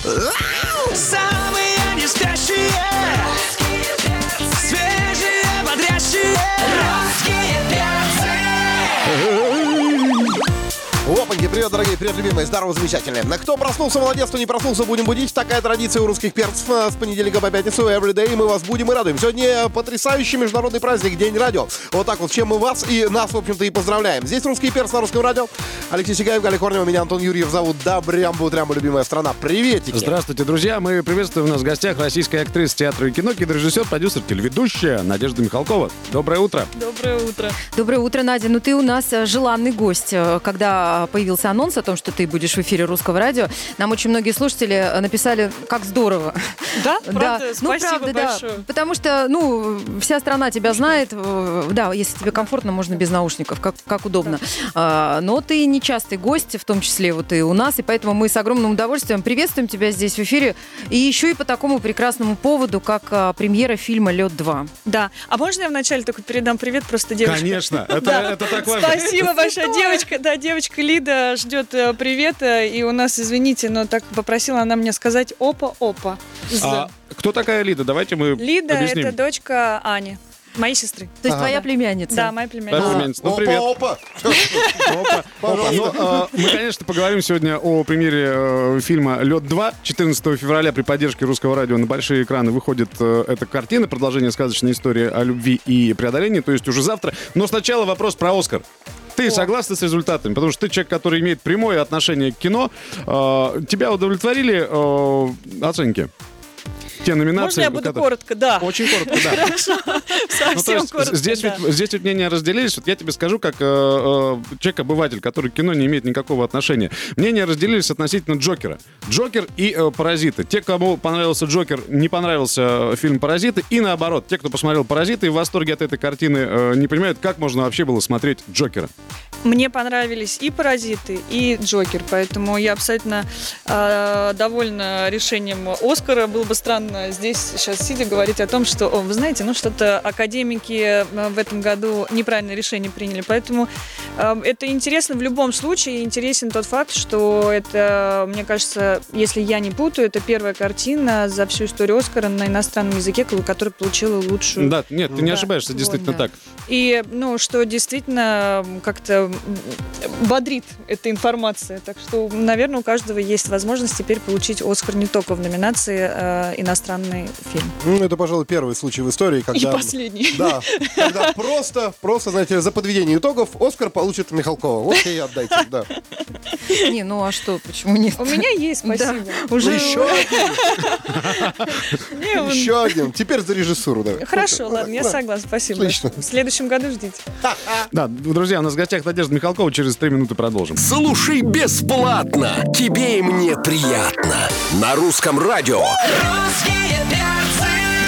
Самые не спящие, свежие, бодрящие русские перцы. Опаньки, привет, дорогие, привет, любимые, здорово, замечательные. Кто проснулся, молодец, кто не проснулся, будем будить. Такая традиция у русских перцев с понедельника по пятницу, everyday, мы вас будем и радуем. Сегодня потрясающий международный праздник, День радио. Вот так вот, с чем мы вас и нас, в общем-то, и поздравляем. Здесь русские перцы на русском радио. Алексей Сигаев, Галя Корнева, меня Антон Юрьев зовут. Да, брямбу-трямбу, любимая страна. Приветики. Здравствуйте, друзья. Мы приветствуем, у нас в гостях российская актриса театра и кино, кинорежиссер, продюсер, телеведущая Надежда Михалкова. Доброе утро. Доброе утро. Доброе утро, Надя. Ну, ты у нас желанный гость. Когда появился анонс о том, что ты будешь в эфире Русского радио, нам очень многие слушатели написали, как здорово. Да? Правда? Да. Спасибо правда, большое. Да. Потому что, вся страна тебя знает. Да, если тебе комфортно, можно без наушников, как удобно. Да. Но ты нечастый гость, в том числе вот и у нас, и поэтому мы с огромным удовольствием приветствуем тебя здесь в эфире. И еще и по такому прекрасному поводу, как премьера фильма «Лед-2». Да. А можно я вначале только передам привет просто девочке? Конечно, это так важно. Спасибо большое. Девочка Лида ждет привета, и у нас, извините, но так попросила она мне сказать опа-опа. Кто такая Лида? Давайте мы Лида объясним. — это дочка Ани, моей сестры. То есть твоя племянница? Да, моя племянница. Племянница. Ну, привет. Опа. Ну, мы, конечно, поговорим сегодня о премьере фильма «Лед-2». 14 февраля при поддержке Русского радио на большие экраны выходит эта картина, продолжение сказочной истории о любви и преодолении, то есть уже завтра. Но сначала вопрос про «Оскар». Ты согласна с результатами? Потому что ты человек, который имеет прямое отношение к кино. Тебя удовлетворили оценки? Те номинации. Можно я буду коротко? Да. Очень коротко, да. Хорошо. Совсем коротко, Здесь ведь мнения разделились. Вот я тебе скажу, как человек-обыватель, который к кино не имеет никакого отношения. Мнения разделились относительно «Джокера». «Джокер» и «Паразиты». Те, кому понравился «Джокер», не понравился фильм «Паразиты». И наоборот, те, кто посмотрел «Паразиты» и в восторге от этой картины, не понимают, как можно вообще было смотреть «Джокера». Мне понравились и «Паразиты», и «Джокер», поэтому я абсолютно довольна решением «Оскара». Было бы странно здесь сейчас сидя говорить о том, что, вы знаете, что-то академики в этом году неправильное решение приняли. Поэтому это интересно в любом случае. Интересен тот факт, что это, мне кажется, если я не путаю, это первая картина за всю историю «Оскара» на иностранном языке, которая получила лучшую. Да, нет, ты не ошибаешься, действительно так. И, что действительно как-то бодрит эта информация. Так что, наверное, у каждого есть возможность теперь получить «Оскар» не только в номинации иностранный фильм. Это, пожалуй, первый случай в истории, когда... И последний. Да, когда просто, знаете, за подведение итогов «Оскар» получит Михалкова. Вот ей отдайте, да. Не, а что, почему нет? У меня есть, спасибо. Уже Еще один. Еще один. Теперь за режиссуру, да. Хорошо, ладно, я согласна, спасибо. Отлично. В следующем году ждите. Да, друзья, у нас в гостях Надежда Михалкова. Через 3 минуты продолжим. Слушай бесплатно. Тебе и мне приятно. На русском радио. Русские перцы.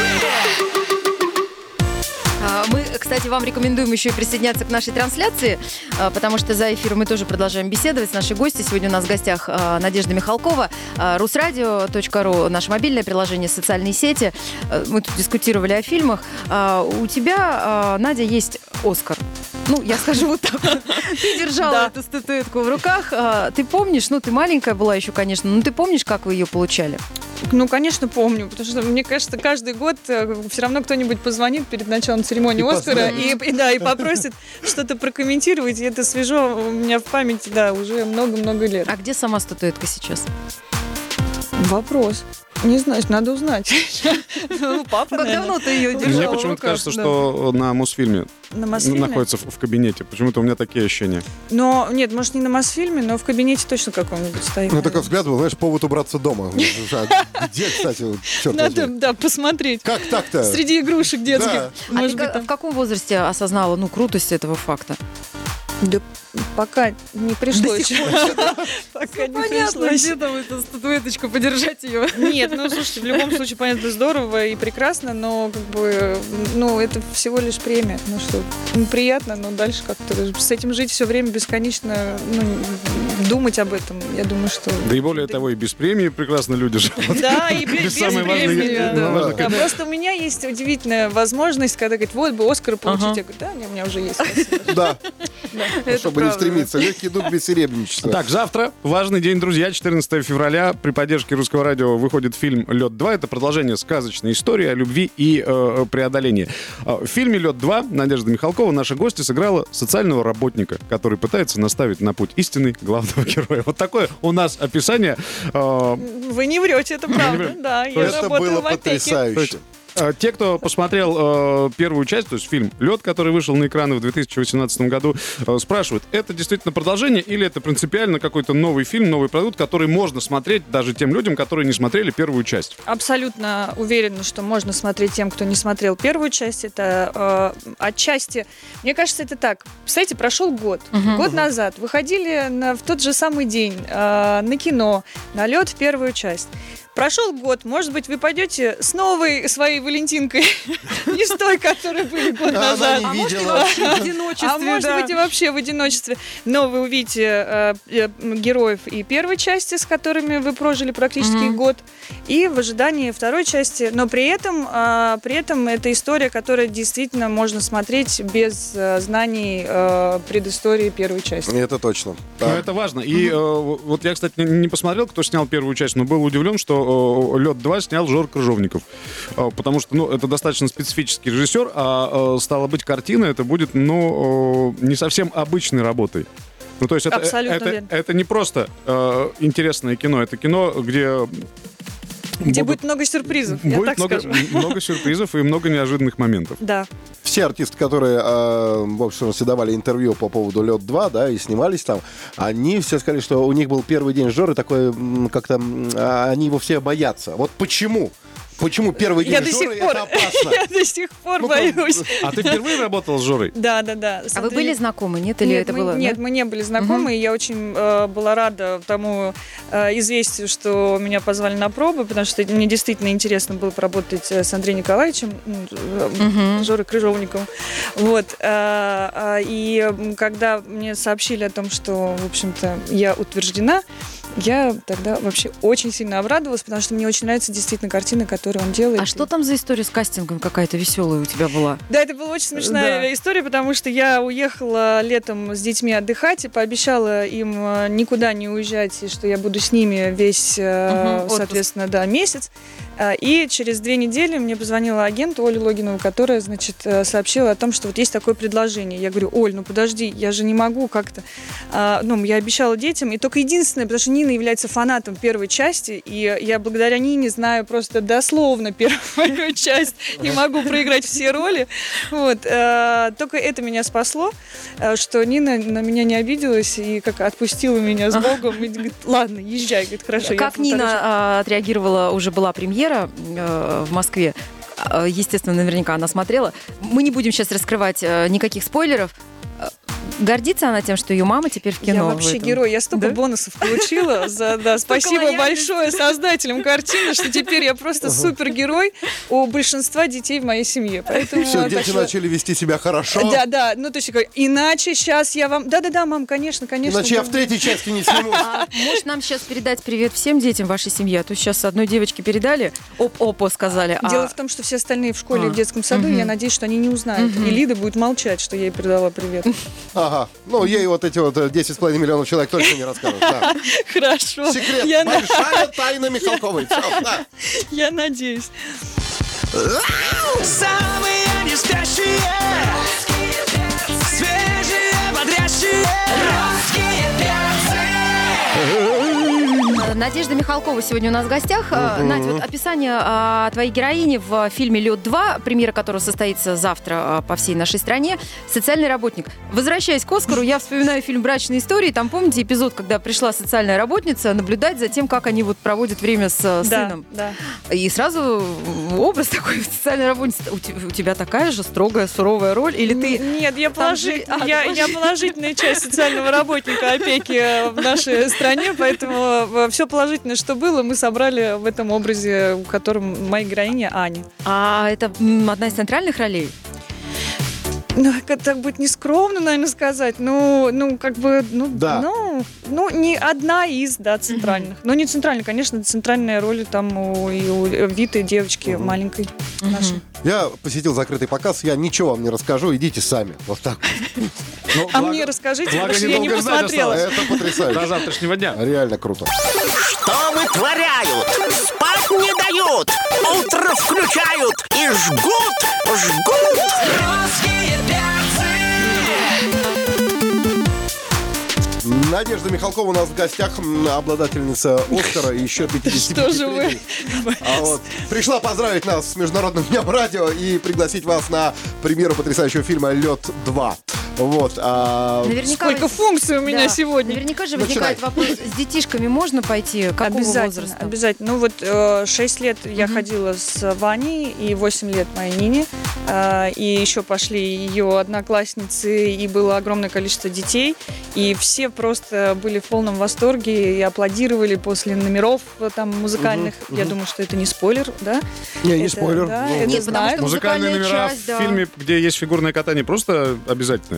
Мы, кстати, вам рекомендуем еще и присоединяться к нашей трансляции, потому что за эфиром мы тоже продолжаем беседовать с нашей гостьей. Сегодня у нас в гостях Надежда Михалкова, rusradio.ru, наше мобильное приложение, социальные сети. Мы тут дискутировали о фильмах. У тебя, Надя, есть «Оскар». Я скажу вот так. Ты держала эту статуэтку в руках. Ты помнишь, ты маленькая была еще, конечно, но ты помнишь, как вы ее получали? Конечно, помню, потому что, мне кажется, каждый год все равно кто-нибудь позвонит перед началом церемонии «Оскара» и попросит что-то прокомментировать, и это свежо у меня в памяти, уже много-много лет. А где сама статуэтка сейчас? Вопрос. Не знаю, надо узнать. Папа, Как давно ты ее держала? Мне почему-то кажется, что на Мосфильме находится в кабинете. Почему-то у меня такие ощущения. Но, нет, может, не на Мосфильме, но в кабинете точно каком-нибудь стоит. Такой взгляд был, знаешь, повод убраться дома. Где, кстати, черт возьми? Надо, посмотреть. Как так-то? Среди игрушек детских. Да. А ты в каком возрасте осознала, крутость этого факта? Да пока не пришлось. Пока не пришлось. Где там эту статуэточку, подержать ее? Нет, слушайте, в любом случае, понятно, здорово и прекрасно, но это всего лишь премия. Приятно, но дальше как-то с этим жить все время бесконечно, думать об этом. Я думаю, что... Да и более того, и без премии прекрасно люди живут. Да, и без премии. важное. Да, просто у меня есть удивительная возможность, когда говорит, вот бы Оскар получить. Я говорю, да, у меня уже есть. Да. Это Чтобы не правда. стремиться. Легкий дух бессеребренничества. Так, завтра важный день, друзья, 14 февраля. При поддержке Русского радио выходит фильм «Лед 2». Это продолжение сказочной истории о любви и преодолении. В фильме «Лед 2» Надежда Михалкова, наша гостья, сыграла социального работника, который пытается наставить на путь истинный главного героя. Вот такое у нас описание. Вы не врете, это правда. Да, я Это работаю было в Опеке. потрясающе. Те, кто посмотрел первую часть, то есть фильм «Лед», который вышел на экраны в 2018 году, спрашивают, это действительно продолжение или это принципиально какой-то новый фильм, новый продукт, который можно смотреть даже тем людям, которые не смотрели первую часть? Абсолютно уверена, что можно смотреть тем, кто не смотрел первую часть. Это отчасти... Мне кажется, это так. Представляете, прошел год. Год назад выходили в тот же самый день на кино, на «Лед» в первую часть. Прошел год, может быть, вы пойдете с новой своей Валентинкой, не с той, которой были год назад. Она не видела. Вообще в одиночестве, А может да. быть, и вообще в одиночестве. Но вы увидите героев и первой части, с которыми вы прожили практически год, и в ожидании второй части. Но при этом это история, которую действительно можно смотреть без знаний предыстории первой части. Это точно. Ну, это важно. И вот я, кстати, не посмотрел, кто снял первую часть, но был удивлен, что «Лед 2» снял Жора Крыжовников. Потому что, это достаточно специфический режиссер, а стало быть, картина это будет, не совсем обычной работой. Ну, то есть Абсолютно верно. это не просто интересное кино, это кино, где будет много сюрпризов, я будет так скажу. много сюрпризов и много неожиданных моментов. Да. Все артисты, которые, в общем, давали интервью по поводу «Лед 2», да, и снимались там, они все сказали, что у них был первый день Жоры такой, как-то, они его все боятся. Вот почему? Почему первый день Я до Жоры сих пор, это опасно? я до сих пор боюсь. А ты впервые работал с Жорой? Да. А вы были знакомы, нет? Или это было? Нет, мы не были знакомы, и я очень была рада тому известию, что меня позвали на пробы, потому что мне действительно интересно было поработать с Андреем Николаевичем, Жорой Крыжовниковым. Вот. И когда мне сообщили о том, что, в общем-то, я утверждена, я тогда вообще очень сильно обрадовалась, потому что мне очень нравится действительно картина, которую он делает. А что там за история с кастингом какая-то веселая у тебя была? Да, это была очень смешная история, потому что я уехала летом с детьми отдыхать и пообещала им никуда не уезжать, и что я буду с ними весь, соответственно, месяц. И через 2 недели мне позвонила агент Оля Логинова, которая, значит, сообщила о том, что вот есть такое предложение. Я говорю, Оль, подожди, я же не могу как-то... я обещала детям, и только единственное, потому что Нина является фанатом первой части, и я благодаря Нине знаю просто дословно первую часть и могу проиграть все роли. Вот. Только это меня спасло, что Нина на меня не обиделась и как отпустила меня с Богом. И говорит, ладно, езжай. Говорит, хорошо. Как Нина отреагировала, уже была премьера в Москве. Естественно, наверняка она смотрела. Мы не будем сейчас раскрывать никаких спойлеров. Гордится она тем, что ее мама теперь в кино? Я вообще герой. Я столько бонусов получила. Спасибо большое создателям картины, что теперь я просто супергерой у большинства детей в моей семье. Все, дети начали вести себя хорошо. Да. То есть, иначе сейчас я вам... Да, мам, конечно. Иначе я в 3-й части не сниму. Можешь нам сейчас передать привет всем детям вашей семьи? А то сейчас одной девочке передали, опа сказали. Дело в том, что все остальные в школе и в детском саду, я надеюсь, что они не узнают. И Лида будет молчать, что я ей передала привет. Ага. Ей вот эти 10,5 миллионов человек точно не расскажут. Да. Хорошо. Секрет. Большая тайна Михалковой. Все, да. Я надеюсь. Самые не спящие, свежие, бодрящие, русские перцы. Надежда Михалкова сегодня у нас в гостях. Надь, вот описание твоей героини в фильме «Лед 2», премьера которого состоится завтра по всей нашей стране. Социальный работник. Возвращаясь к Оскару, я вспоминаю фильм «Брачные истории». Там, помните, эпизод, когда пришла социальная работница наблюдать за тем, как они проводят время с сыном. Да. И сразу образ такой социальной работницы. У тебя такая же строгая, суровая роль? Или ты... Нет, я положительная часть социального работника опеки в нашей стране, поэтому все положительное, что было, мы собрали в этом образе, в котором моя героиня Аня. А это одна из центральных ролей? Ну, как так будет нескромно, наверное, сказать. Ну, как бы, Да. не одна из, да, центральных. Но не центральная, конечно, центральная роль там у Виты, девочки маленькой нашей. Я посетил закрытый показ, я ничего вам не расскажу, идите сами. Вот так. Ну, А благо- мне расскажите, благо потому что я не недолго ждать посмотрела. осталось. Это потрясающе. До завтрашнего дня. Реально круто. Что вытворяют? Спать не дают, утро включают и жгут. Русские перцы. Надежда Михалкова у нас в гостях, обладательница Оскара и еще 55 Что же вы? премий. Пришла поздравить нас с Международным днем радио и пригласить вас на премьеру потрясающего фильма «Лед 2». Вот. Наверняка Сколько функций у меня Да. сегодня. Наверняка же Начинай. возникает вопрос, с детишками можно пойти? Какого возраста? Обязательно. Ну вот 6 лет я ходила с Ваней, и 8 лет моей Нине. И еще пошли ее одноклассницы, и было огромное количество детей. И все просто были в полном восторге и аплодировали после номеров там музыкальных. Я думаю, что это не спойлер, да? Не Это, спойлер. да, Ну, это Нет, потому знают. что Музыкальные музыкальная номера часть, в да. фильме, где есть фигурное катание, просто обязательно.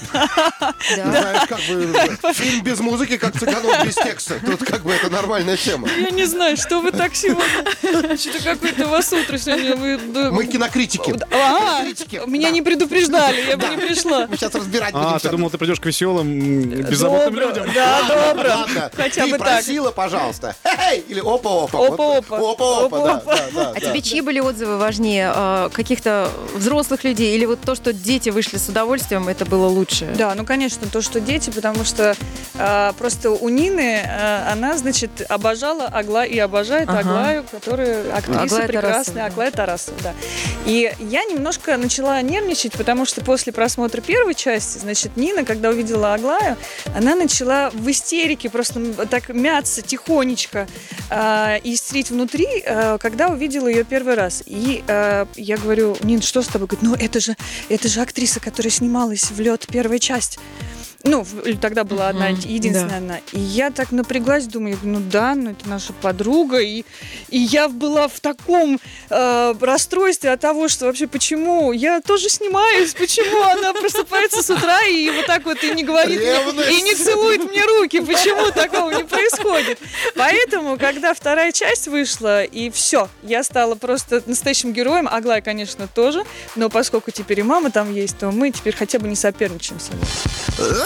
Ты знаешь, как бы фильм без музыки, как «Цыганов» без текста. Тут как бы это нормальная тема. Я не знаю, что вы так сегодня. Что-то какое-то у вас утро сегодня. Мы кинокритики. Кинокритики. Меня не предупреждали, я бы не пришла. Мы сейчас разбирать будем. А, ты думал, ты придешь к веселым, беззаботным Добро, людям? да, добро. Ладно, Хотя ты бы так. просила, пожалуйста. Хей! Или опа-опа. Опа-опа. Опа-опа, да. А тебе чьи были отзывы важнее? Каких-то взрослых людей? Или вот то, что дети вышли с удовольствием, это было лучше? Да, ну, конечно, то, что дети, потому что просто у Нины, она, значит, обожала и обожает Ага. Аглаю, которая актриса Аглая прекрасная, Тарасова. Аглая Тарасова, да. И я немножко начала нервничать, потому что после просмотра первой части, значит, Нина, когда увидела Аглаю, она начала в истерике просто так мяться тихонечко и истерить внутри, когда увидела ее первый раз. И я говорю: Нин, что с тобой? Говорит: ну это же актриса, которая снималась в «Лед» первая часть. Ну, тогда была одна, единственная она. И я так напряглась, думаю, ну это наша подруга. И я была в таком расстройстве от того, что вообще почему я тоже снимаюсь, почему она просыпается с утра и вот так вот и не говорит мне, Ревность. и не целует мне руки, почему такого не происходит. Поэтому, когда вторая часть вышла, и все, я стала просто настоящим героем. Аглая, конечно, тоже, но поскольку теперь и мама там есть, то мы теперь хотя бы не соперничаем с ней.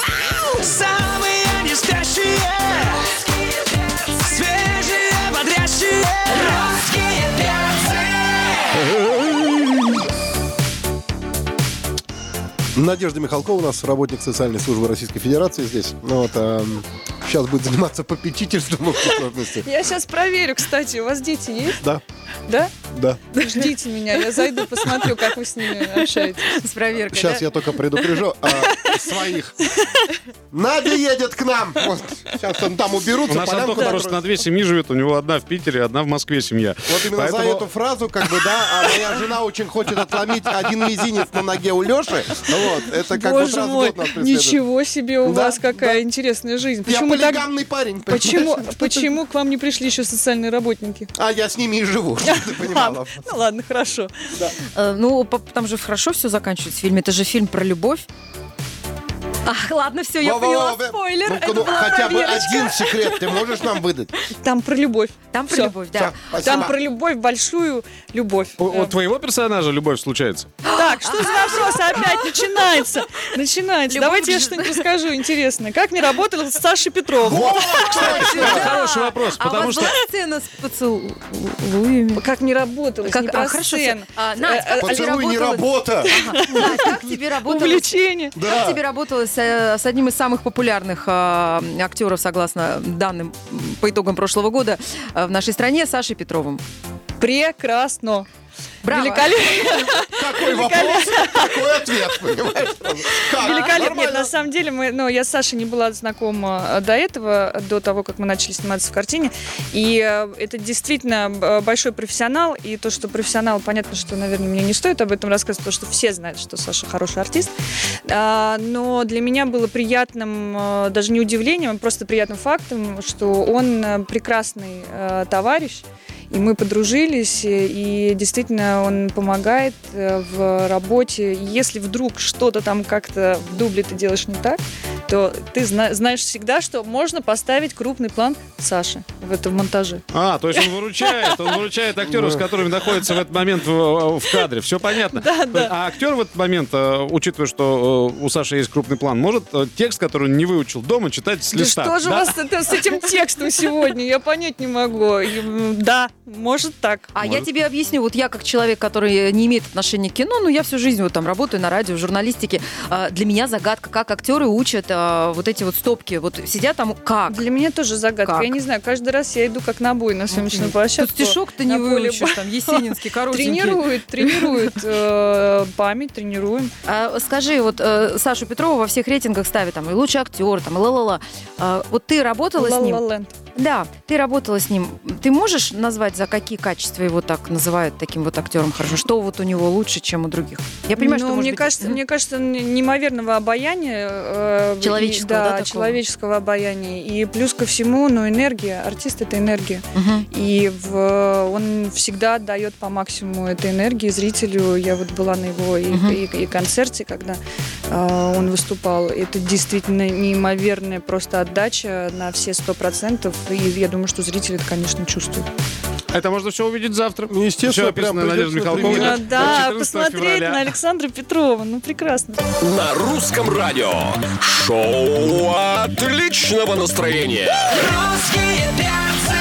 Самые не спящие. Свежие, бодрящие. Русские перцы. Надежда Михалкова у нас, работник социальной службы Российской Федерации здесь. Ну вот, сейчас будет заниматься попечительством в общей сложности. Я сейчас проверю, кстати, у вас дети есть? Да, Да? да. Ждите меня, я зайду, посмотрю, как вы с ними общаетесь. С проверкой, Сейчас да? я только предупрежу своих. Надя едет к нам. Вот, сейчас он там У уберутся. нас полянку Антоха просто накроют. на 2 семьи живет, у него одна в Питере, одна в Москве семья. Вот именно за Поэтому- эту фразу, как бы, да, а моя жена очень хочет отломить один мизинец на ноге у Леши. Вот, это как бы Боже раз в мой, год нас преследует. ничего себе у Да, вас какая да. интересная жизнь. Я Почему так? полигамный парень. Почему, понимаешь? почему к вам не пришли еще социальные работники? А я с ними и живу, чтобы ты понимала. Ну ладно, хорошо. Ну, там же хорошо все заканчивается в фильме. Это же фильм про любовь. Ах, ладно, все, я поняла. Во-во-во, Спойлер. ну-ка, Это ну, была хотя бы проверочка. один секрет ты можешь нам выдать? Там про любовь. Там про Всё. любовь, да. Спасибо. Там про любовь, большую любовь. У твоего персонажа любовь случается? Так, что за вопрос опять начинается? Начинается. Любовь Давайте я же- что-нибудь расскажу интересное. Как мне работал с Сашей Петровым? Это хороший вопрос, А у потому вас что... была сцена с поцелуями? Как мне работалось, Как- не про хорошо, сцену. Надь, как тебе Поцелуй не работалось? работа. Надь, как тебе работалось? Увлечение. Как тебе работалось с одним из самых популярных актеров, согласно данным по итогам прошлого года в нашей стране, Сашей Петровым? Прекрасно. Браво. Великолепно. Какой вопрос, такой ответ, понимаешь? Как? Великолепно. Нет, Нормально. на самом деле, я с Сашей не была знакома до этого, до того, как мы начали сниматься в картине. И это действительно большой профессионал. И то, что профессионал, понятно, что, наверное, мне не стоит об этом рассказывать, потому что все знают, что Саша хороший артист. Но для меня было приятным, даже не удивлением, а просто приятным фактом, что он прекрасный товарищ. И мы подружились, и действительно он помогает в работе. Если вдруг что-то там как-то в дубле ты делаешь не так, то ты знаешь всегда, что можно поставить крупный план Саши в этом монтаже. То есть он выручает актеров, с которыми находится в этот момент в кадре. Все понятно. Да. А актер в этот момент, учитывая, что у Саши есть крупный план, может текст, который он не выучил дома, читать с листа? Да что же у вас с этим текстом сегодня? Я понять не могу. Да, может так. Я тебе объясню. Вот я как человек, который не имеет отношения к кино, я всю жизнь вот там работаю на радио, в журналистике. Для меня загадка, как актеры учат вот эти вот стопки. Вот сидят там как? Для меня тоже загадка. Как? Я не знаю, каждый раз я иду как на бой на съемочную площадку. Тут стишок-то не на поле выучишь, там, есенинский, коротенький. Тренирует память, тренируем. Скажи, вот Сашу Петрова во всех рейтингах ставят там и лучший актер, там и ла-ла-ла. Вот ты работала с ним? Ла-ла-ленд. Да, ты работала с ним. Ты можешь назвать, за какие качества его так называют таким вот актером хорошо? Что вот у него лучше, чем у других? Я понимаю, что мне кажется, неимоверного обаяния. Человеческого, да, такого? Человеческого обаяния. И плюс ко всему, энергия. Артист — это энергия. И он всегда дает по максимуму этой энергии зрителю. Я вот была на его и концерте, когда он выступал. Это действительно неимоверная просто отдача на все 100%. И я думаю, что зрители это, конечно, чувствуют. Это можно все увидеть завтра. Естественно, Все описано Надеждой Михалковой. Да, посмотреть на Александра Петрова. Прекрасно. На русском радио. Шоу отличного настроения. Русские перцы.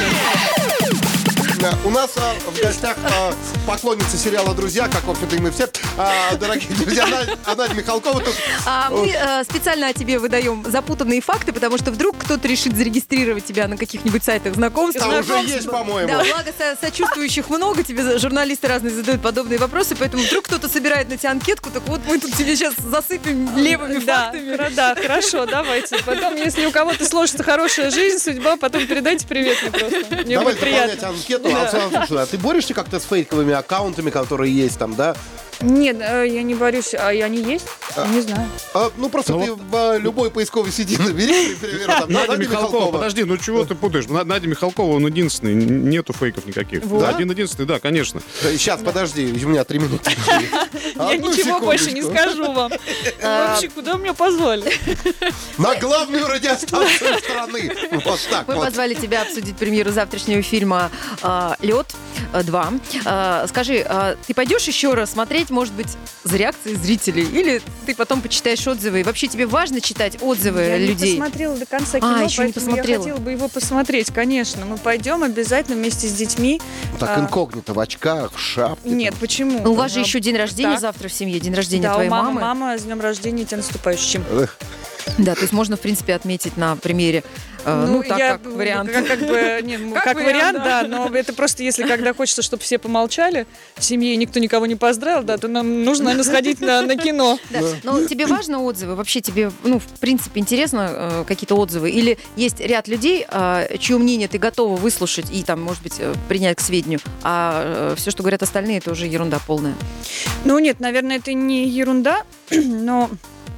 У нас в гостях поклонница сериала «Друзья», как, в общем-то, и мы все. Дорогие друзья, Надя Михалкова тут. Мы специально о тебе выдаем запутанные факты, потому что вдруг кто-то решит зарегистрировать тебя на каких-нибудь сайтах знакомств. Там уже есть, по-моему. Да, благо сочувствующих много, тебе журналисты разные задают подобные вопросы, поэтому вдруг кто-то собирает на тебя анкетку, так вот мы тут тебе сейчас засыпем левыми фактами. Да, хорошо, давайте. Потом, если у кого-то сложится хорошая жизнь, судьба, потом передайте привет мне просто. Мне Давай будет приятно. заполнять анкету. Слушай, а ты борешься как-то с фейковыми аккаунтами, которые есть там, да? Нет, я не борюсь. А они есть? Не знаю. Просто ты в любой поисковой сети набери, к примеру, там, Надя Михалкова. Подожди, чего ты путаешь? Надя Михалкова, он единственный, нету фейков никаких. Вот. Да, один-единственный, да, конечно. Сейчас, подожди, у меня 3 минуты. Я ничего больше не скажу вам. Вообще, куда меня позвали? На главную радиостанцию страны. Вот так Мы вот. позвали тебя обсудить премьеру завтрашнего фильма «Лед 2». Скажи, ты пойдешь еще раз смотреть, может быть, за реакцией зрителей? Или ты потом почитаешь отзывы? И вообще тебе важно читать отзывы людей? Я не посмотрела до конца кино, еще не поэтому посмотрела. я хотела бы его посмотреть, конечно. Мы пойдем обязательно вместе с детьми. Так инкогнито, в очках, в шапке. Нет, почему? У вас же еще день рождения Так. завтра в семье, день рождения Да, твоей у мамы. мамы. Мама, с днем рождения тебя наступающим. Да, то есть можно, в принципе, отметить на премьере, как вариант. Как вариант, да, но это просто если когда хочется, чтобы все помолчали в семье и никто никого не поздравил, да, то нам нужно, наверное, сходить на кино. Да. Но тебе важны отзывы? Вообще тебе, в принципе, интересно какие-то отзывы? Или есть ряд людей, чье мнение ты готова выслушать и, там, может быть, принять к сведению, а все, что говорят остальные, это уже ерунда полная? Нет, наверное, это не ерунда, но...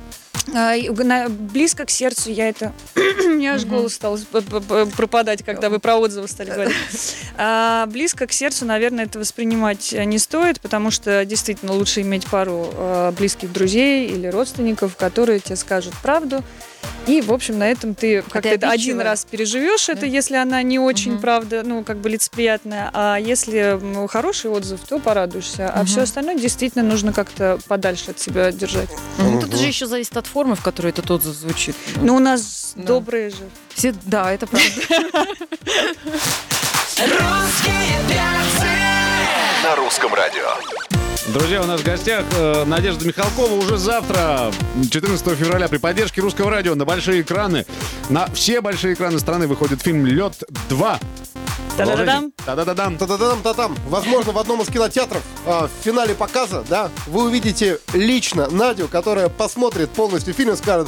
близко к сердцу я это... У меня аж голос стал пропадать, когда вы про отзывы стали говорить. Близко к сердцу, наверное, это воспринимать не стоит, потому что действительно лучше иметь пару близких друзей или родственников, которые тебе скажут правду. И, в общем, на этом ты как-то это один раз переживешь, это если она не очень, правда, лицеприятная. А если хороший отзыв, то порадуешься. А все остальное действительно нужно как-то подальше от себя держать. Тут же еще зависит от формы, в которой этот отзыв звучит. У нас добрые же. Все, да, это правда. Русские перцы. На русском радио. Друзья, у нас в гостях Надежда Михалкова уже завтра, 14 февраля, при поддержке Русского радио на большие экраны. На все большие экраны страны выходит фильм «Лед 2». Та-да-да-дам. Та-да-да-дам. Та-да-дам-та-там. Возможно, в одном из кинотеатров в финале показа, да, вы увидите лично Надю, которая посмотрит полностью фильм и скажет: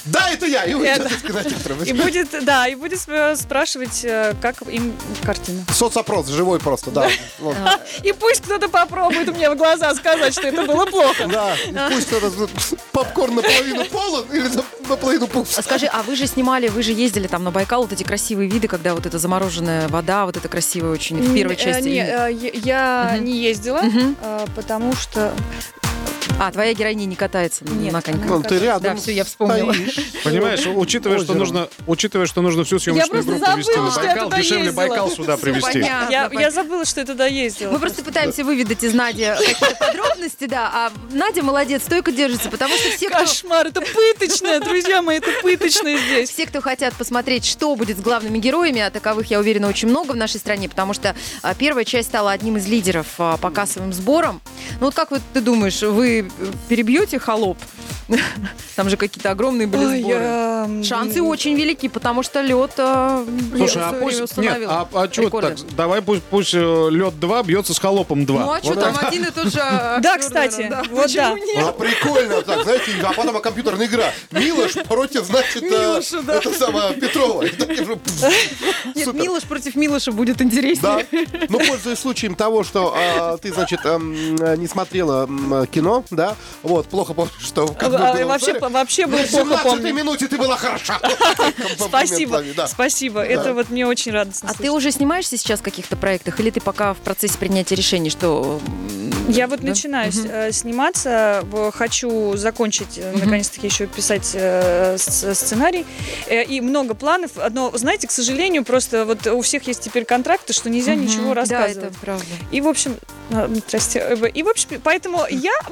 Да, это я. И вы Это. сейчас из кинотеатра. И будет спрашивать, как им картина. Соцопрос живой просто, да. Вот. И пусть кто-то попробует мне в глаза сказать, что это было плохо. Да, и пусть кто-то попкорн наполовину полон или наполовину пуст. Скажи, а вы же снимали, вы же ездили там на Байкал, вот эти красивые виды, когда вот эта замороженная вода, вот это красивая очень в первой части. Я не ездила, потому что... А, твоя героиня не катается Нет, на коньках. Ну, ты рядом. Да, все, я вспомнила. стоишь. Понимаешь, учитывая, что нужно всю съемочную просто группу везти забыла, на что я Байкал, туда дешевле ездила. Байкал сюда привезти. Понятно. Я забыла, что я туда ездила. Мы просто пытаемся выведать из Нади какие-то подробности, да, а Надя молодец, стойко держится, потому что все, кто... Кошмар, это пыточное, друзья мои, это пыточное здесь. Все, кто хотят посмотреть, что будет с главными героями, а таковых, я уверена, очень много в нашей стране, потому что первая часть стала одним из лидеров по кассовым сборам. Ну вот как вот ты думаешь, вы перебьете «Холоп»? Там же какие-то огромные были сборы. Шансы очень велики, потому что лед Слушай, а пусть... Нет, а что так? Давай пусть «Лед 2» бьется с «Холопом 2». Ну а что, там один и тот же актер, Да, кстати, наверное, вот Почему да. нет? А прикольно так, знаете, а потом компьютерная игра. Милош против, значит, Милоша, да. это самое, Петрова. И так уже, Нет, супер. Милош против Милоша будет интереснее. Да. Ну, пользуясь случаем того, что ты, значит, не смотрела кино, да, вот, плохо помнишь, что как бы было в ссоре. Вообще было В плохо 17-й помню. минуте ты была хороша. Спасибо, Да. спасибо. Это вот мне очень радостно. А ты уже снимаешься сейчас в каких-то проектах, или ты пока в процессе принятия решений, что... Я вот Да? начинаю сниматься, хочу закончить, наконец-таки, еще писать сценарий. И много планов. Но, знаете, к сожалению, просто вот у всех есть теперь контракты, что нельзя ничего Да, рассказывать. это правда. И, в общем, здрасте. И, в общем, поэтому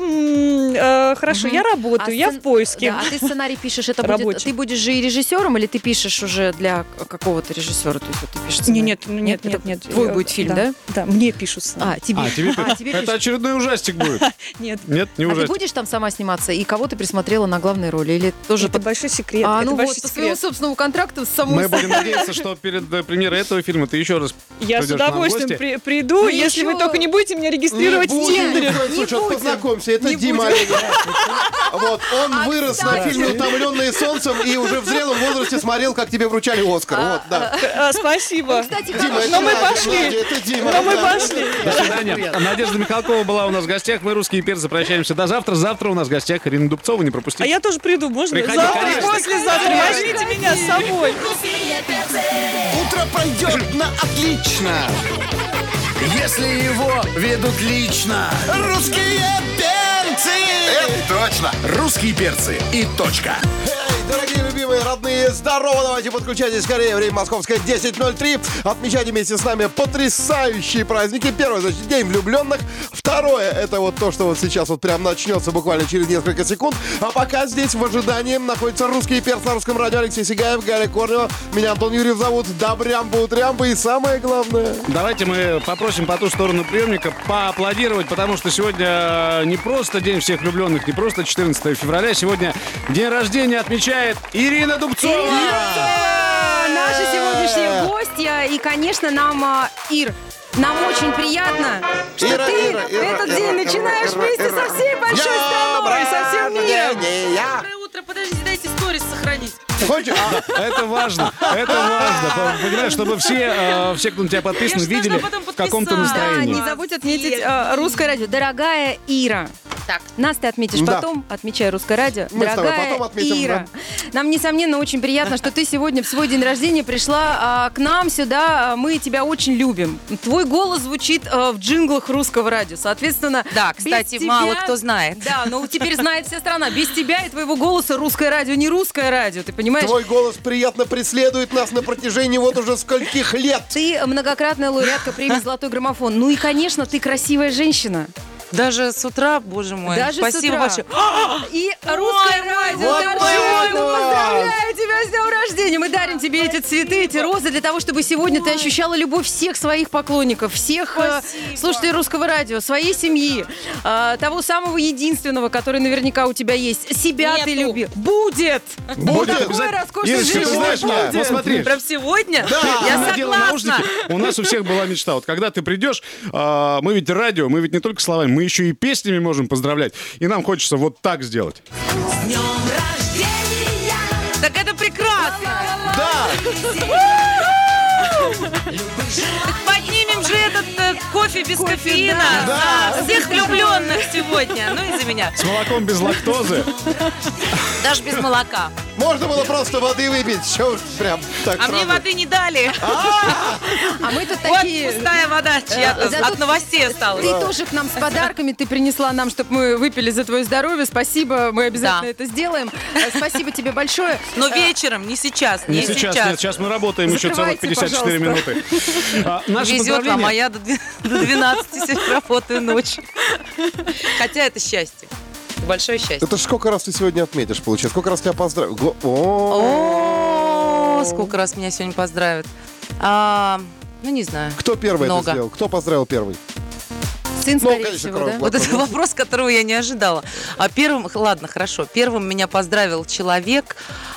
я, хорошо, я работаю, я в поиске. Да, а ты сценарий пишешь, это будет... Рабочий. Ты будешь же и режиссером, или ты пишешь уже для какого-то режиссера? То есть вот ты пишешь сценарий? Нет. Это твой будет фильм, да? Да, мне пишут сценарий. Тебе. Тебе тебе это пишут. очередной ужастик будет. Нет, Нет, не А ты ужастик. будешь там сама сниматься? И кого ты присмотрела на главной роли? Или тоже это большой секрет. А, это ну вот, большой по своему секрет. собственному контракту с самой Мы будем собой. надеяться, что перед премьерой этого фильма ты еще раз Я с придешь к нам в удовольствием гости. приду, Ну если вы еще- только не будете меня регистрировать в будем, Тиндере. ни в коем случае, вот будем. познакомься, это Не Дима будем. Оленев. Вот, он вырос на кстати. фильме «Утомленные солнцем» и уже в зрелом возрасте смотрел, как тебе вручали «Оскар». Вот, да. Спасибо. Кстати, Дима, это Но мы Надя, пошли. Надя, это Дима. Но мы Да. пошли. До свидания. Надежда Михалкова была у нас в гостях. Мы, русские перцы, прощаемся до завтра. Завтра у нас в гостях Ирина Дубцова. Не А пропустите. я тоже приду, можно? Приходи, Завтра, конечно. послезавтра. Возьмите меня с собой. Утро пройдет на отлично, если его ведут лично. Русские перцы! Это точно! Русские перцы и точка. Эй, дорогие, любимые, родные, здорово! Давайте подключайтесь скорее. Время московское 10:03. Отмечайте вместе с нами потрясающие праздники. Первое, значит, День влюбленных. Второе, это вот то, что вот сейчас вот прям начнется буквально через несколько секунд. А пока здесь в ожидании находятся русские перцы на русском радио. Алексей Сигаев, Галя Корнева. Меня Антон Юрьев зовут. Добрямбы, утрямбы. И самое главное... Давайте мы попросим по ту сторону приемника поаплодировать, потому что сегодня не просто День всех влюбленных, не просто 14 февраля. Сегодня день рождения отмечает Ирина Дубцова. Наша сегодняшняя гостья. И, конечно, нам, Ир, нам очень приятно, что Ира, ты Ира, этот Ира, день Ира, начинаешь Ира, вместе Ира. со всей большой страной, со всем миром. Доброе утро, подождите, дайте сторис сохранить. Хочешь? Это важно, это важно. Понимаешь, чтобы все, кто на тебя подписан, Я ж должна видели потом в каком-то подписаться. Да, настроении. не забудь отметить русское радио. Дорогая Ира. Так. Нас ты отметишь Да. потом, отмечай русское радио. Мы с тобой Дорогая потом отметим, Ира, нам, несомненно, очень приятно, что ты сегодня в свой день рождения пришла к нам сюда. Мы тебя очень любим. Твой голос звучит в джинглах русского радио. Соответственно, Да, без кстати, тебя- мало кто знает. Да, но теперь знает вся страна. Без тебя и твоего голоса русское радио не русское радио, ты понимаешь? Твой голос приятно преследует нас на протяжении вот уже скольких лет. Ты многократная лауреатка премии «Золотой граммофон». Ну и, конечно, ты красивая женщина. Даже с утра, боже мой. Даже с Спасибо утра. большое. И русское радио вот торжественно мой поздравляю тебя с днем рождения. Мы дарим тебе эти цветы, эти розы для того, чтобы сегодня ты ощущала любовь всех своих поклонников, всех слушателей русского радио, своей семьи, того самого единственного, который наверняка у тебя есть. Себя ты Нету. люби. Будет! Будет Такой обязательно. роскошный Ирочка, ты живот знаешь, будет. вот смотри. Прям сегодня? Ты Я надела согласна. наушники. У нас у всех была мечта. Вот когда ты придешь, мы ведь радио, мы ведь не только словами, мы еще и песнями можем поздравлять. И нам хочется вот так сделать. С днем рождения Так это прекрасно. Да! Так поднимем же этот кофе без кофеина да. за всех влюбленных сегодня. Ну и за меня. С молоком без лактозы. Даже без молока. Можно было просто воды выпить. Чё уж прям так А мне сразу. воды не дали. А мы тут Вот такие... пустая вода чья-то. Зато От новостей осталась. Ты тоже к нам с подарками, ты принесла нам, чтобы мы выпили за твое здоровье. Спасибо, мы обязательно Да. это сделаем. Спасибо тебе большое. Но вечером, не сейчас. Не сейчас, нет, сейчас мы работаем еще целых Закрывайте, 54 минуты. Наши Везет вам, а поздравления. я до 12 сегодня работаю ночью. Хотя это счастье. Большое счастье. Это ж сколько раз ты сегодня отметишь, получается? Сколько раз тебя поздравил? О, О, сколько раз меня сегодня поздравят. Ну, не знаю. Кто первый это Много. сделал? Кто поздравил первый? Сын, Ну, скорее конечно, всего, кроме да? Вот это вопрос, которого я не ожидала. А первым, ладно, хорошо. Первым меня поздравил человек,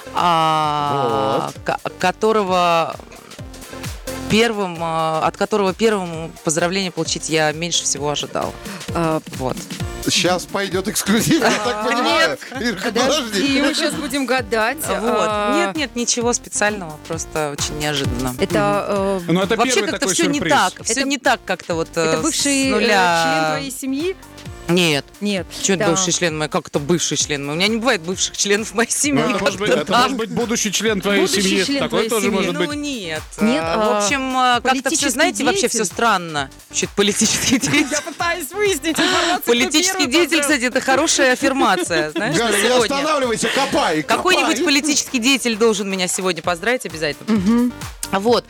которого первым, от которого первым поздравление получить я меньше всего ожидала. Вот. Сейчас пойдет эксклюзив, я так понимаю. Ирка, подожди. И мы сейчас будем гадать. Вот. Нет, ничего специального, просто очень неожиданно. Это, Ну, это Вообще первый как-то такой все не сюрприз. так. Все Это- не так как-то вот это с бывший нуля. член твоей семьи? Нет. Нет. Что Да. бывший член мой? Как это бывший член мой? У меня не бывает бывших членов моей семьи. Ну, это может быть, Как-то это так. может быть будущий член твоей Будущий семьи. член Такой твоей тоже семьи. может Ну быть. нет. Нет, В общем, как-то все, политический знаете, вообще деятель? все странно. Вообще политический деятель. Я пытаюсь выяснить информацию. Политический деятель, кстати, это хорошая аффирмация. Знаешь, Галя, на не сегодня. останавливайся, копай, Какой-нибудь копай. политический деятель должен меня сегодня поздравить обязательно. Вот.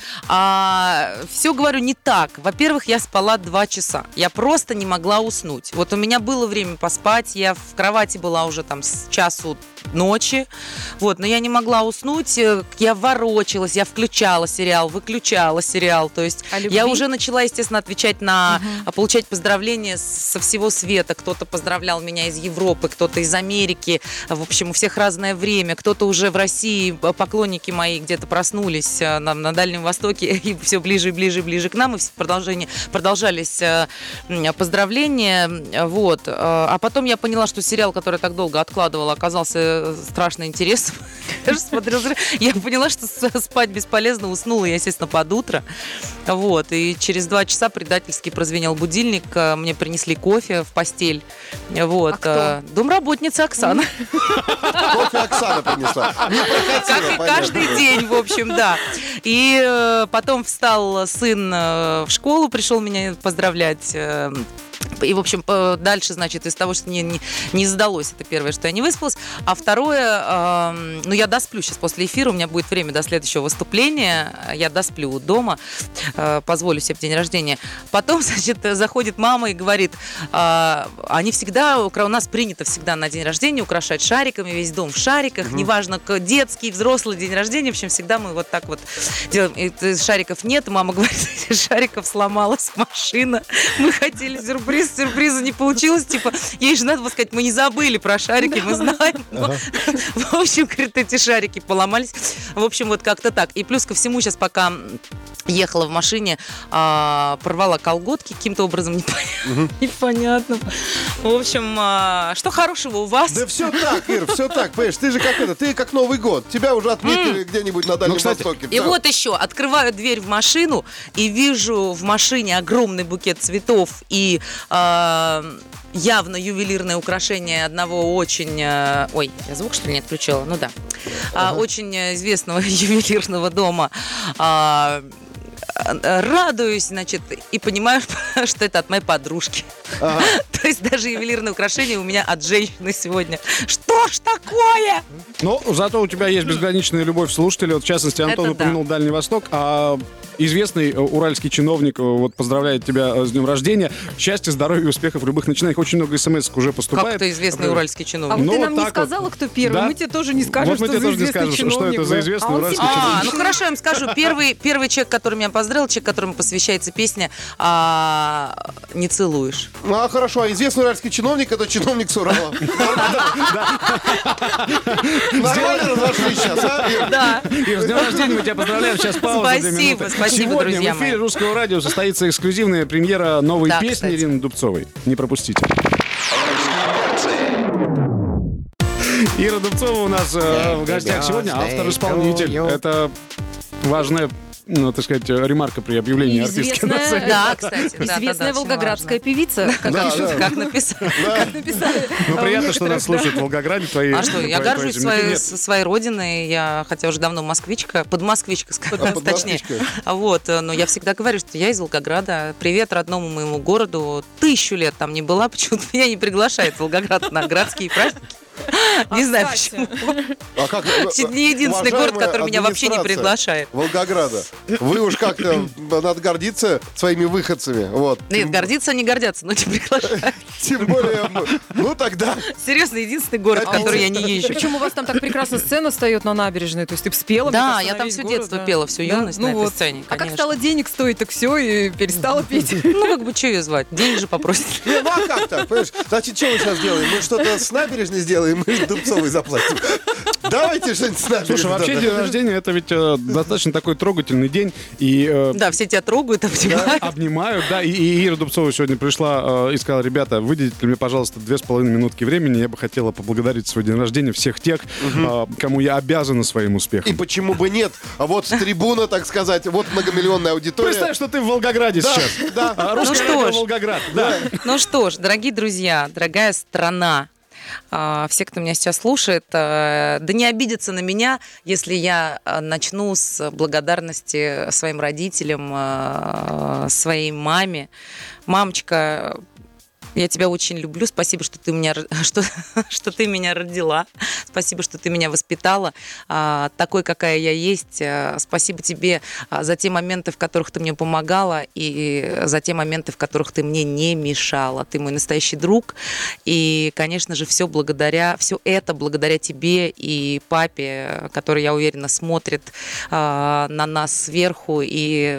Все говорю не так. Во-первых, я спала 2 часа. Я просто не могла уснуть. Вот у меня было время поспать. Я в кровати была уже там с часу ночи. Вот. Но я не могла уснуть. Я ворочалась, я включала сериал, выключала сериал. То есть О любви? я уже начала, естественно, отвечать на... Получать поздравления со всего света. Кто-то поздравлял меня из Европы, кто-то из Америки. В общем, у всех разное время. Кто-то уже в России, поклонники мои где-то проснулись на Дальнем Востоке, и все ближе и ближе и ближе к нам, и продолжались поздравления. Вот. А потом я поняла, что сериал, который я так долго откладывала, оказался страшно интересным. Я же смотрела, я поняла, что спать бесполезно, уснула я, естественно, под утро. Вот. И через 2 часа предательски прозвенел будильник, мне принесли кофе в постель. Вот. А кто? Домработница Оксана. Кофе Оксана принесла. Не прокатило, Как и понятно. каждый день, в общем, да. И потом встал сын в школу, пришел меня поздравлять. И, в общем, дальше, значит, из того, что не сдалось, это первое, что я не выспалась. А второе, ну, я досплю сейчас после эфира, у меня будет время до следующего выступления. Я досплю дома, позволю себе день рождения. Потом, значит, заходит мама и говорит, они всегда, у нас принято всегда на день рождения украшать шариками, весь дом в шариках, неважно, детский, взрослый день рождения, в общем, всегда мы вот так вот делаем. И шариков нет, мама говорит, шариков сломалась машина, мы хотели сюрприза не получилось, типа, ей же надо было сказать, мы не забыли про шарики, мы знаем. В общем, говорит, эти шарики поломались. В общем, вот как-то так. И плюс ко всему, сейчас пока ехала в машине, порвала колготки каким-то образом непонятным. В общем, что хорошего у вас? Да все так, Ир, все так, понимаешь, ты же как это, ты как Новый год, тебя уже отметили где-нибудь на Дальнем кстати, Востоке. И Всё. вот еще, открываю дверь в машину и вижу в машине огромный букет цветов и явно ювелирное украшение одного очень... ой, я звук, что ли, не отключила? Ну да. Очень известного ювелирного дома. Радуюсь, значит, и понимаю, что это от моей подружки. То есть даже ювелирное украшение у меня от женщины сегодня. Что ж такое? Но зато у тебя есть безграничная любовь слушателей. Вот, в частности, Антон Это да. упомянул Дальний Восток, а известный уральский чиновник вот поздравляет тебя с днем рождения. Счастья, здоровья, успехов в любых начинаниях. Очень много смс уже поступает. Как это известный уральский А чиновник? вот Ну, ты вот нам не так вот. сказала, кто первый. Да. Мы тебе тоже не скажем, Вот мы что тебе за тоже не известный скажем, что чиновник. это за да. известный А он уральский всегда чиновник. Ну хорошо, я им скажу. Первый человек, который меня поздравил, человек, которому посвящается песня «Не целуешь». Ну, а хорошо, а известный уральский чиновник, это чиновник с Урала. Нормально разошлись сейчас, а? Ир? Да. Ир, с днем рождения мы тебя поздравляем. Сейчас пауза. 2 Спасибо, минуты. спасибо, Сегодня друзья в эфире мои. Русского радио состоится эксклюзивная премьера новой Да, песни кстати. Ирины Дубцовой. Не пропустите. Ира Дубцова у нас в гостях сегодня, автор-исполнитель. Это важная, так сказать, ремарка при объявлении артистки на сцене. Да, кстати. Известная волгоградская певица. Как Как написали. Ну, приятно, что нас слушают в Волгограде. А что, я горжусь своей родиной. Я, хотя уже давно москвичка, подмосквичка, точнее. Вот, но я всегда говорю, что я из Волгограда. Привет родному моему городу. 1000 лет там не была, почему-то меня не приглашает в Волгоград на городские праздники. Не знаю почему. Чуть не единственный город, который меня вообще не приглашает. Волгограда. Вы уж как-то надо гордиться своими выходцами. Вот. Нет, гордиться не гордятся, но не приглашают. Тем более, ну тогда. Серьезно, единственный город, в который я не езжу. Причем у вас там так прекрасно сцена встает на набережной, то есть ты спела. Да, я там все детство пела, всю юность на этой сцене, А как стало денег стоить, так все, и перестала петь. Ну, как бы, что ее звать? Денег же попросить. Ну а как так, понимаешь? Значит, что мы сейчас делаем? Мы что-то с набережной сделаем, мы Дубцовой заплатим. Давайте что-нибудь с набережной. Слушай, вообще день рождения это ведь достаточно такой трогательный день. И, да, все тебя трогают, обнимают. Обнимают, да. И Ира Дубцова сегодня пришла и сказала: ребята, выделите мне, пожалуйста, 2,5 минутки времени. Я бы хотела поблагодарить свой день рождения всех тех, кому я обязана своим успехом. И почему бы нет? А вот с трибуна, так сказать, вот многомиллионная аудитория. Представь, что ты в Волгограде сейчас. Да. Русское радио Волгоград. Да. Ну что ж, дорогие друзья, дорогая страна, все, кто меня сейчас слушает, да не обидятся на меня, если я начну с благодарности своим родителям, своей маме. Мамочка, я тебя очень люблю. Спасибо, что ты меня родила. Спасибо, что ты меня воспитала такой, какая я есть. Спасибо тебе за те моменты, в которых ты мне помогала, и за те моменты, в которых ты мне не мешала. Ты мой настоящий друг. И, конечно же, все это благодаря тебе и папе, который, я уверена, смотрит на нас сверху и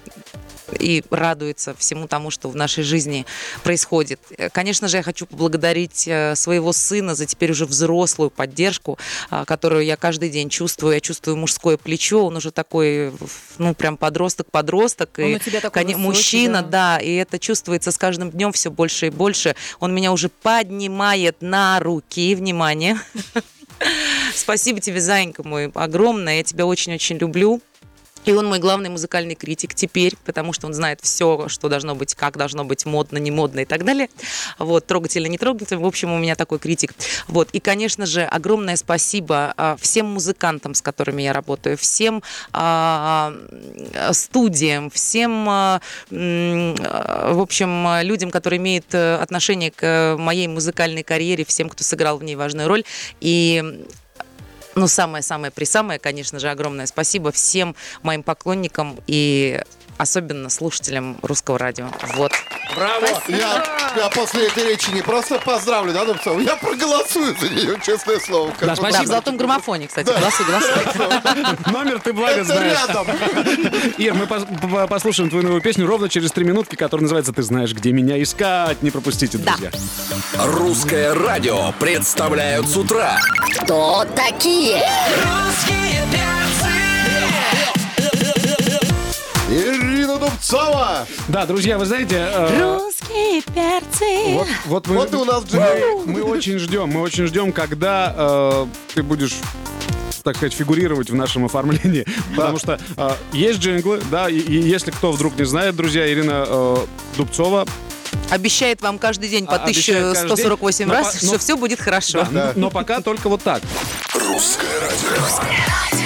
радуется всему тому, что в нашей жизни происходит. Конечно же, я хочу поблагодарить своего сына за теперь уже взрослую поддержку, которую я каждый день чувствую. Я чувствую мужское плечо, он уже такой, прям подросток. Он у тебя такой высокий, мужчина, да, и это чувствуется с каждым днем все больше и больше. Он меня уже поднимает на руки, внимание. Спасибо тебе, зайенька мой, огромное. Я тебя очень-очень люблю. И он мой главный музыкальный критик теперь, потому что он знает все, что должно быть, как должно быть, модно, не модно и так далее. Вот, трогательно, не трогательно. В общем, у меня такой критик. Вот, и, конечно же, огромное спасибо всем музыкантам, с которыми я работаю, всем студиям, всем, в общем, людям, которые имеют отношение к моей музыкальной карьере, всем, кто сыграл в ней важную роль. И самое-самое-пресамое, конечно же, огромное спасибо всем моим поклонникам и особенно слушателям Русского радио. Вот. Браво! Я после этой речи не просто поздравлю, да, Дубцову? Я проголосую за нее, честное слово. Да, спасибо. В золотом граммофоне, кстати. Голосуй. Номер ты благо знаешь. Ир, мы послушаем твою новую песню ровно через 3 минутки, которая называется «Ты знаешь, где меня искать». Не пропустите, друзья. Русское радио представляют с утра. Кто такие? Русские перцы! Ирина Дубцова! Да, друзья, вы знаете... Русские перцы! Вот и у нас джингл. Мы очень ждем, когда ты будешь, так сказать, фигурировать в нашем оформлении. Потому что есть джинглы, да, и если кто вдруг не знает, друзья, Ирина Дубцова обещает вам каждый день по 1148 раз, что все будет хорошо. Да, но пока только вот так. Русское радио.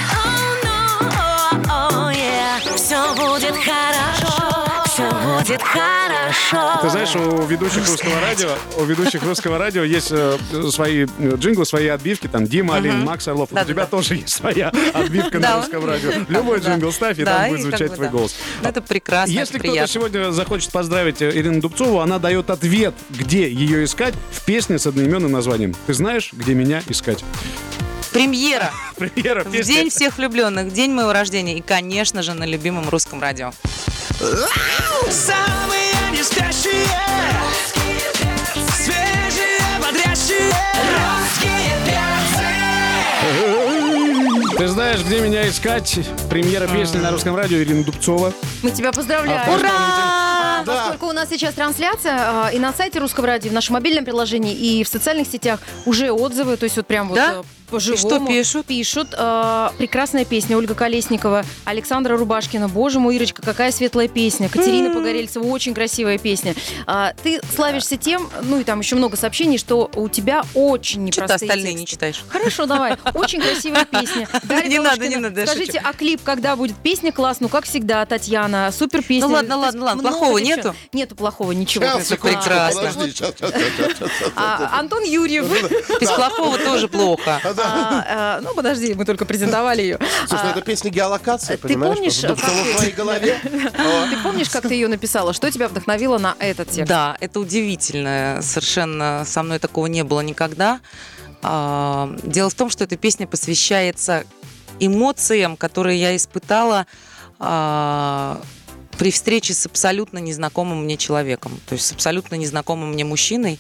Все будет хорошо, все будет хорошо. Ты знаешь, у ведущих русского радио есть свои джинглы, свои отбивки, там Дима Алин, Макс Орлов. У тебя тоже есть своя отбивка на русском радио. Любой джингл ставь, и там будет звучать твой голос. Это прекрасно, Если кто-то сегодня захочет поздравить Ирину Дубцову, она дает ответ, где ее искать, в песне с одноименным названием. Ты знаешь, где меня искать? Премьера. В День всех влюбленных, день моего рождения и, конечно же, на любимом Русском радио. Самые не спящие, свежие, бодрящие, русские перцы. Ты знаешь, где меня искать? Премьера песни на Русском радио Ирина Дубцова. Мы тебя поздравляем. Ура! Да. поскольку у нас сейчас трансляция и на сайте Русского радио, в нашем мобильном приложении, и в социальных сетях уже отзывы, то есть вот прям Да? вот по-живому. И что пишут? Пишут. Прекрасная песня Ольга Колесникова, Александра Рубашкина. Боже мой, Ирочка, какая светлая песня. Катерина Погорельцева, очень красивая песня. Ты славишься тем, ну и там еще много сообщений, что у тебя очень Что ты непростые остальные не тексты. читаешь? Хорошо, давай. Очень красивая песня. Дарья Не надо, Волошкина, не надо, я скажите, шучу. а клип когда будет? Песня класс, ну как всегда, Татьяна. Супер песня. Ну ладно, То есть ладно, много плохого девчонок. нету? Нету плохого ничего. Сейчас, Это секундочку, прекрасно. подожди, сейчас. Антон Юрьев. Без плохого тоже плохо. Ну, подожди, мы только презентовали ее. Слушай, ну это песня геолокации, ты понимаешь? помнишь, Дубцова как в твоей голове. Ты помнишь, как ты ее написала? Что тебя вдохновило на этот текст? Да, это удивительно. Совершенно со мной такого не было никогда. Дело в том, что эта песня посвящается эмоциям, которые я испытала при встрече с абсолютно незнакомым мне человеком, то есть с абсолютно незнакомым мне мужчиной.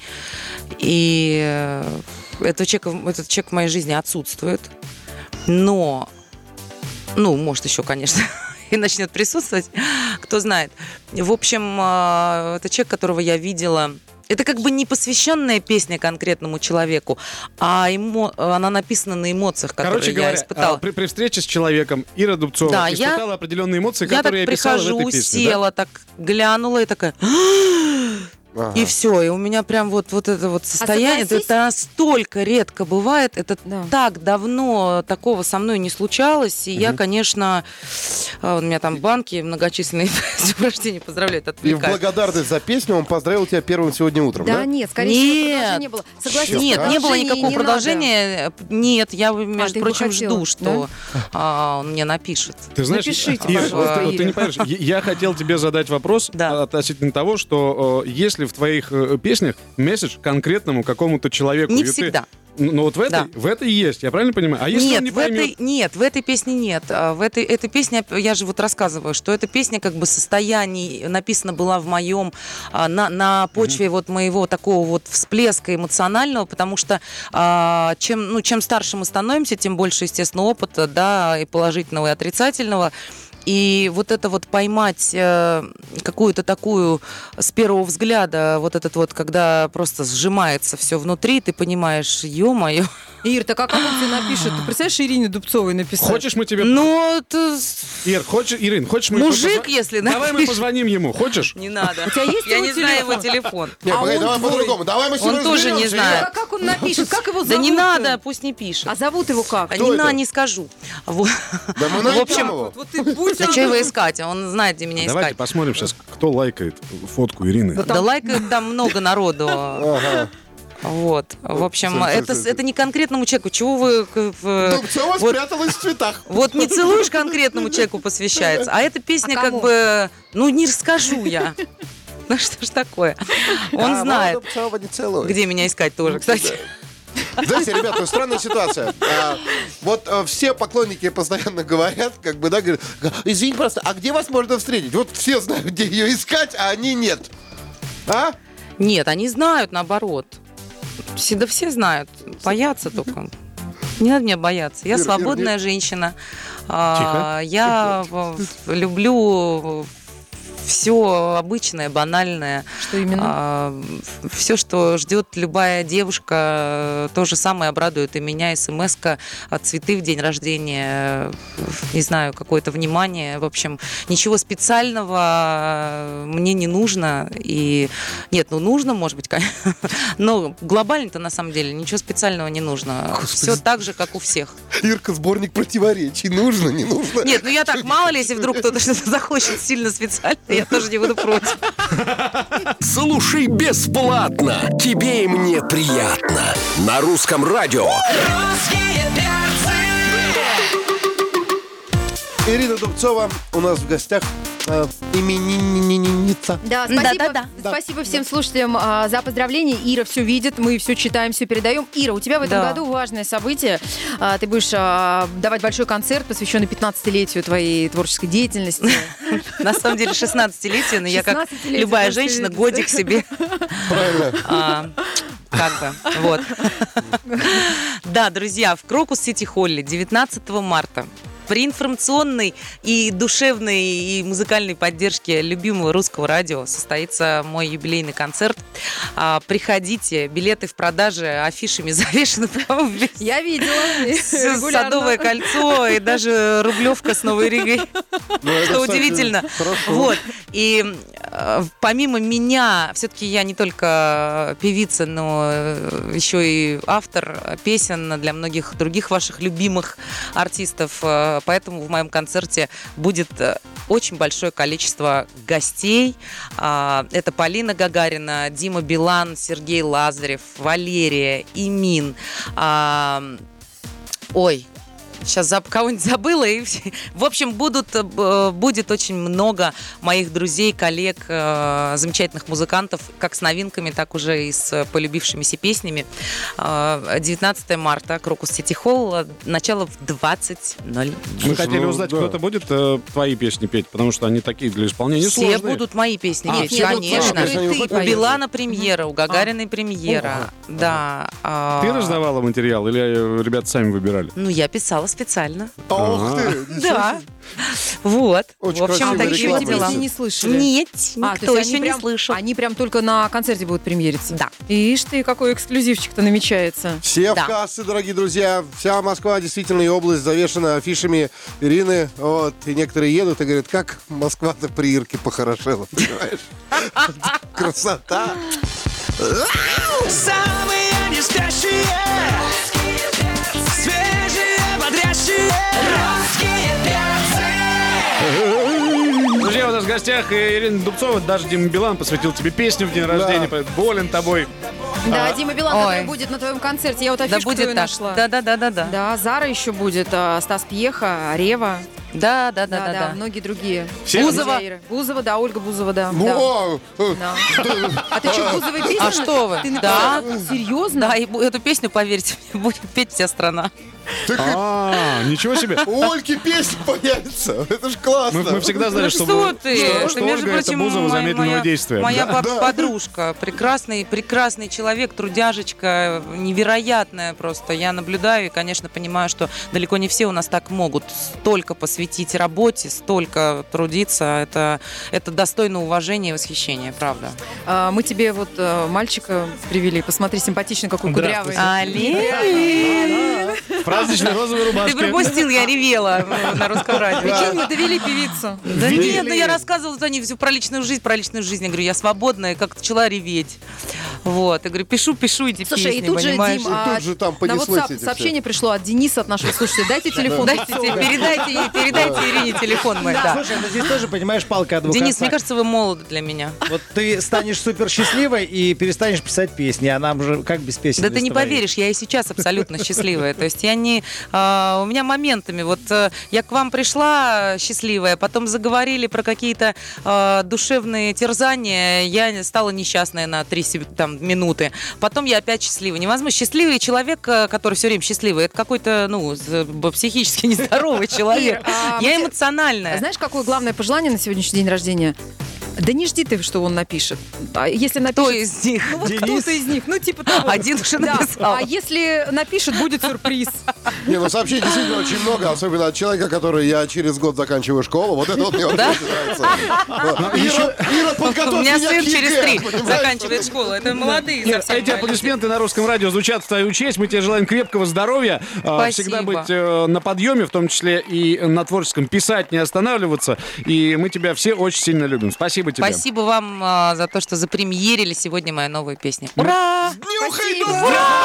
И этот человек в моей жизни отсутствует. Но, ну, может, еще, конечно, и начнет присутствовать, кто знает. В общем, это человек, которого я видела. Это как бы не посвященная песня конкретному человеку, а она написана на эмоциях, которые Короче я говоря, испытала. при встрече с человеком Ира Дубцова Да, я- испытала определенные эмоции, Я так которые я описала в прихожу, этой песне. да? села, так глянула и такая... Ага. И все, и у меня прям вот это вот состояние, согласись- это настолько редко бывает, это Да. так давно такого со мной не случалось, и я, конечно, у меня там банки многочисленные, с днем рождения поздравляют, И в отвлекают. благодарность за песню он поздравил тебя первым сегодня утром, Да да? нет, скорее всего, Нет. продолжения не было. Согласись, Нет, не было продолжения никакого не продолжения. Нет, я, ты между бы прочим, хотела, жду, что он мне напишет. Ты знаешь, Напишите, Ир, пожалуйста, вот ты не Ире. понимаешь, я хотел тебе задать вопрос Да. относительно того, что если в твоих песнях месседж конкретному какому-то человеку... Не и ты- всегда. Ну вот в этой есть, я правильно понимаю? А если он не поймет? Нет, в этой песне нет. Эта песня, я же вот рассказываю, что эта песня как бы состояние написана была в моем, на почве вот моего такого вот всплеска эмоционального, потому что чем старше мы становимся, тем больше, естественно, опыта, да, и положительного, и отрицательного. И вот это вот поймать какую-то такую с первого взгляда, вот этот вот, когда просто сжимается все внутри, ты понимаешь, ё-моё. Ир, так а как он тебе напишет? Ты представляешь, Ирине Дубцовой написать? Хочешь мы тебе... Ну, это Ирин, хочешь мы... мужик, если Давай мы напишет. позвоним ему, хочешь? Не надо. У тебя есть Я его не знаю телефон? его телефон. Нет, А погоди, он давай твой. по-другому. Давай мы с ним Он тоже не разберемся, знает. А как он напишет? Как его Да зовут? не надо, пусть не пишет. А зовут его как? Кто это? Не скажу. Вот. Да мы В найдем общем, его. Вот ты будь Да что его искать? Он знает, где меня Давайте искать. посмотрим сейчас, кто лайкает фотку Ирины. Да лайкают там много народу. Ага. Вот. В общем, Слушай, это не конкретному человеку. Чего вы... Дубцова вот- спряталась в цветах. Вот не целуешь конкретному человеку посвящается, а эта песня А как кому? бы... Ну, не расскажу я. Ну, что ж такое? Он А, знает, вот Дубцова не целует. где меня искать тоже, кстати. Знаете, ребята, странная ситуация. Вот все поклонники постоянно говорят, как бы, да, говорят, извините, просто, а где вас можно встретить? Вот все знают, где ее искать, а они нет. А? Нет, они знают, наоборот. Да все знают. Боятся только. Не надо меня бояться. Я Ир, свободная Ир, женщина. Тихо. Я люблю все обычное, банальное. Что именно? Все, что ждет любая девушка, то же самое обрадует и меня. СМС-ка, цветы в день рождения, не знаю, какое-то внимание. В общем, ничего специального мне не нужно. И нет, ну нужно, может быть, конечно. Но глобально-то на самом деле ничего специального не нужно. Господи. Все так же, как у всех. Ирка, сборник противоречий. Нужно, не нужно? Нет, ну я так, мало ли, если вдруг кто-то что-то захочет сильно специально, я тоже не буду против. Слушай бесплатно. Тебе и мне приятно. На русском радио. Русские перцы. Ирина Дубцова у нас в гостях. Именинница. Да, спасибо, Да. спасибо всем слушателям за поздравления. Ира все видит, мы все читаем, все передаем. Ира, у тебя в этом Да. году важное событие. Ты будешь давать большой концерт, посвященный 15-летию твоей творческой деятельности. На самом деле 16-летие, но я как 16-летие, любая да, женщина, все годик себе. Правильно. Как бы, вот. Да, друзья, в Крокус Сити Холле 19 марта При информационной и душевной и музыкальной поддержке любимого русского радио состоится мой юбилейный концерт. Приходите, билеты в продаже, афишами завешены прямо в Я видела. Садовое кольцо и даже Рублевка с Новой Ригой. Что удивительно. Вот. И помимо меня, все-таки я не только певица, но еще и автор песен для многих других ваших любимых артистов. Поэтому в моем концерте будет очень большое количество гостей. Это Полина Гагарина, Дима Билан, Сергей Лазарев, Валерия, Имин. Сейчас кого-нибудь забыла. В общем, будет очень много моих друзей, коллег, замечательных музыкантов, как с новинками, так уже и с полюбившимися песнями. 19 марта, Крокус Сити Холл, начало в 20:00. Мы хотели узнать, кто-то будет твои песни петь, потому что они такие для исполнения Все сложные. будут мои песни петь, нет, конечно. ты У Билана премьера, у Гагариной премьера. Да. Ты раздавала материал или ребята сами выбирали? Ну, я писала специально. Ох ты! Да. Вот. Очень В общем, красивая такие реклама. вот дела. Песни не слышали? Нет, То никто есть еще они не прям- слышал. Они прям только на концерте будут премьериться? Да. Ишь ты, какой эксклюзивчик-то намечается. Все Да. в кассы, дорогие друзья. Вся Москва, действительно, и область завешена афишами Ирины. Вот. И некоторые едут и говорят, как Москва-то при Ирке похорошела, понимаешь? Красота! Самые не спящие, свежие, бодрящие русские перцы. Друзья, у нас в гостях Ирина Дубцова, даже Дима Билан посвятил тебе песню в день рождения, поэтому болен тобой. Да, Дима Билан Ой. который будет на твоем концерте. Я вот Да афишку будет твою так. нашла. Да. Да, Зара еще будет, Стас Пьеха, Рева. Да. Многие другие. Все? Бузова. Бузова, да, Ольга Бузова, да. Ну, Да. А ты что, Бузовой песни? А что вы? Ты Да. написала? Серьезно? Да, и эту песню, поверьте мне, будет петь вся страна. Ничего себе. у Ольги песня появится. Это ж классно. Мы всегда знали, что Что ты? что между Ольга — это прочим, Бузова замедленного действия. Моя подружка, прекрасный человек, трудяжечка, невероятная просто. Я наблюдаю и, конечно, понимаю, что далеко не все у нас так могут столько посвятить работе, столько трудиться. Это достойно уважения и восхищения, правда. Мы тебе вот мальчика привели. Посмотри, симпатичный какой кудрявый. В праздничной розовой Ты рубашке. пропустил, я ревела на русском радио. Прикинь, мы довели певицу. Да нет, я рассказывала они все про личную жизнь. Я говорю, я свободная, как начала реветь. Вот, я говорю, пишу эти Слушай, песни, и тут же, понимаешь? Дим, Тут же там на понеслось WhatsApp эти сообщение пришло от Дениса, от нашего слушателя. Дайте телефон. Передайте Ирине телефон мой, да. Слушай, ну здесь тоже, понимаешь, палка о двух Денис, концах. мне кажется, вы молоды для меня. Вот ты станешь супер счастливой и перестанешь писать песни, а нам же как без песен? Да ты не без твоих? поверишь, я и сейчас абсолютно счастливая. То есть я не... у меня моментами, вот я к вам пришла счастливая, потом заговорили про какие-то душевные терзания, я стала несчастная на 3 минуты. Потом я опять счастливая. Невозможно. Счастливый человек, который все время счастливый, это какой-то, психически нездоровый человек. Я эмоциональная. Знаешь, какое главное пожелание на сегодняшний день рождения? Да не жди ты, что он напишет. А если напишет... Кто из них? Ну вот кто-то из них, типа того. Один уже Да. написал. А если напишет, будет сюрприз. Не, сообщений действительно очень много, особенно от человека, который я через год заканчиваю школу. Вот это вот мне очень нравится. Вот. Ира, подготовь У меня меня сын к ЕГЭ, через 3 понимаешь? заканчивает школу. Это молодые Нет, совсем. эти аплодисменты на русском радио звучат в твою честь. Мы тебе желаем крепкого здоровья. Спасибо. Всегда быть на подъеме, в том числе и на творческом. Писать, не останавливаться. И мы тебя все очень сильно любим. Спасибо тебе. Спасибо вам за то, что запремьерили сегодня мою новую песню. Ура! Нюхай, Спасибо. ну,